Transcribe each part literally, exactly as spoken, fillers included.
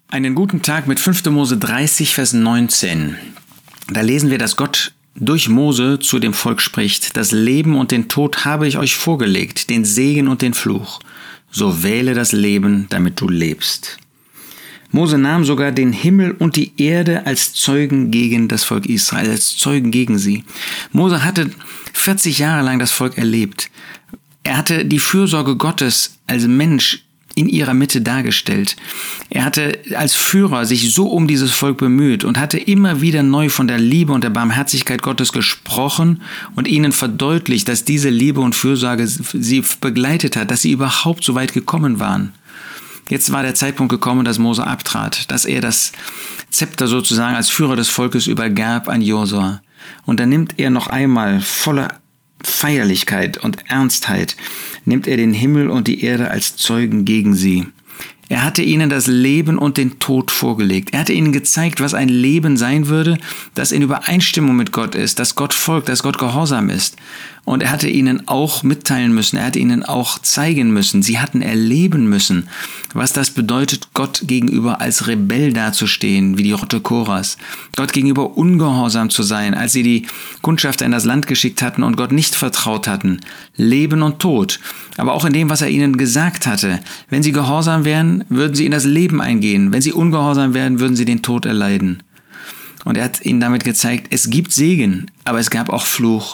Einen guten Tag mit fünfter Mose dreißig, Vers neunzehn. Da lesen wir, dass Gott durch Mose zu dem Volk spricht: Das Leben und den Tod habe ich euch vorgelegt, den Segen und den Fluch. So wähle das Leben, damit du lebst. Mose nahm sogar den Himmel und die Erde als Zeugen gegen das Volk Israel, als Zeugen gegen sie. Mose hatte vierzig Jahre lang das Volk erlebt. Er hatte die Fürsorge Gottes als Mensch in ihrer Mitte dargestellt. Er hatte als Führer sich so um dieses Volk bemüht und hatte immer wieder neu von der Liebe und der Barmherzigkeit Gottes gesprochen und ihnen verdeutlicht, dass diese Liebe und Fürsorge sie begleitet hat, dass sie überhaupt so weit gekommen waren. Jetzt war der Zeitpunkt gekommen, dass Mose abtrat, dass er das Zepter sozusagen als Führer des Volkes übergab an Josua. Und dann nimmt er noch einmal voller Feierlichkeit und Ernstheit, nimmt er den Himmel und die Erde als Zeugen gegen sie. Er hatte ihnen das Leben und den Tod vorgelegt. Er hatte ihnen gezeigt, was ein Leben sein würde, das in Übereinstimmung mit Gott ist, dass Gott folgt, dass Gott gehorsam ist. Und er hatte ihnen auch mitteilen müssen, er hatte ihnen auch zeigen müssen, sie hatten erleben müssen, was das bedeutet, Gott gegenüber als Rebell dazustehen, wie die Rotte Koras. Gott gegenüber ungehorsam zu sein, als sie die Kundschafter in das Land geschickt hatten und Gott nicht vertraut hatten. Leben und Tod. Aber auch in dem, was er ihnen gesagt hatte. Wenn sie gehorsam wären, würden sie in das Leben eingehen. Wenn sie ungehorsam wären, würden sie den Tod erleiden. Und er hat ihnen damit gezeigt, es gibt Segen, aber es gab auch Fluch.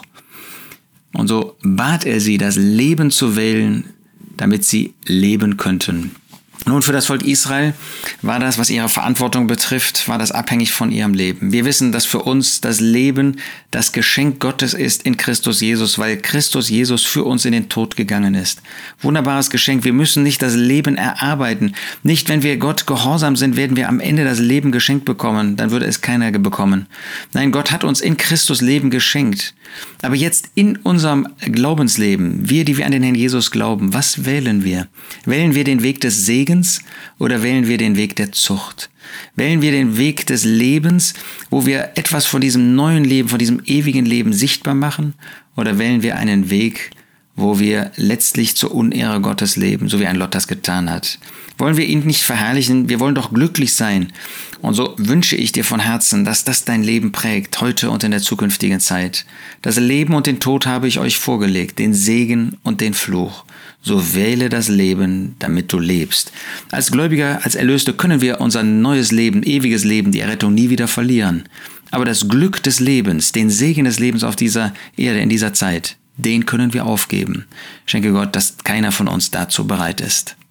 Und so bat er sie, das Leben zu wählen, damit sie leben könnten. Nun, für das Volk Israel war das, was ihre Verantwortung betrifft, war das abhängig von ihrem Leben. Wir wissen, dass für uns das Leben das Geschenk Gottes ist in Christus Jesus, weil Christus Jesus für uns in den Tod gegangen ist. Wunderbares Geschenk. Wir müssen nicht das Leben erarbeiten. Nicht, wenn wir Gott gehorsam sind, werden wir am Ende das Leben geschenkt bekommen. Dann würde es keiner bekommen. Nein, Gott hat uns in Christus Leben geschenkt. Aber jetzt in unserem Glaubensleben, wir, die wir an den Herrn Jesus glauben, was wählen wir? Wählen wir den Weg des Segens oder wählen wir den Weg der Zucht? Wählen wir den Weg des Lebens, wo wir etwas von diesem neuen Leben, von diesem ewigen Leben sichtbar machen? Oder wählen wir einen Weg, wo wir letztlich zur Unehre Gottes leben, so wie ein Lot das getan hat? Wollen wir ihn nicht verherrlichen? Wir wollen doch glücklich sein. Und so wünsche ich dir von Herzen, dass das dein Leben prägt, heute und in der zukünftigen Zeit. Das Leben und den Tod habe ich euch vorgelegt, den Segen und den Fluch. So wähle das Leben, damit du lebst. Als Gläubiger, als Erlöste können wir unser neues Leben, ewiges Leben, die Errettung nie wieder verlieren. Aber das Glück des Lebens, den Segen des Lebens auf dieser Erde, in dieser Zeit, den können wir aufgeben. Schenke Gott, dass keiner von uns dazu bereit ist.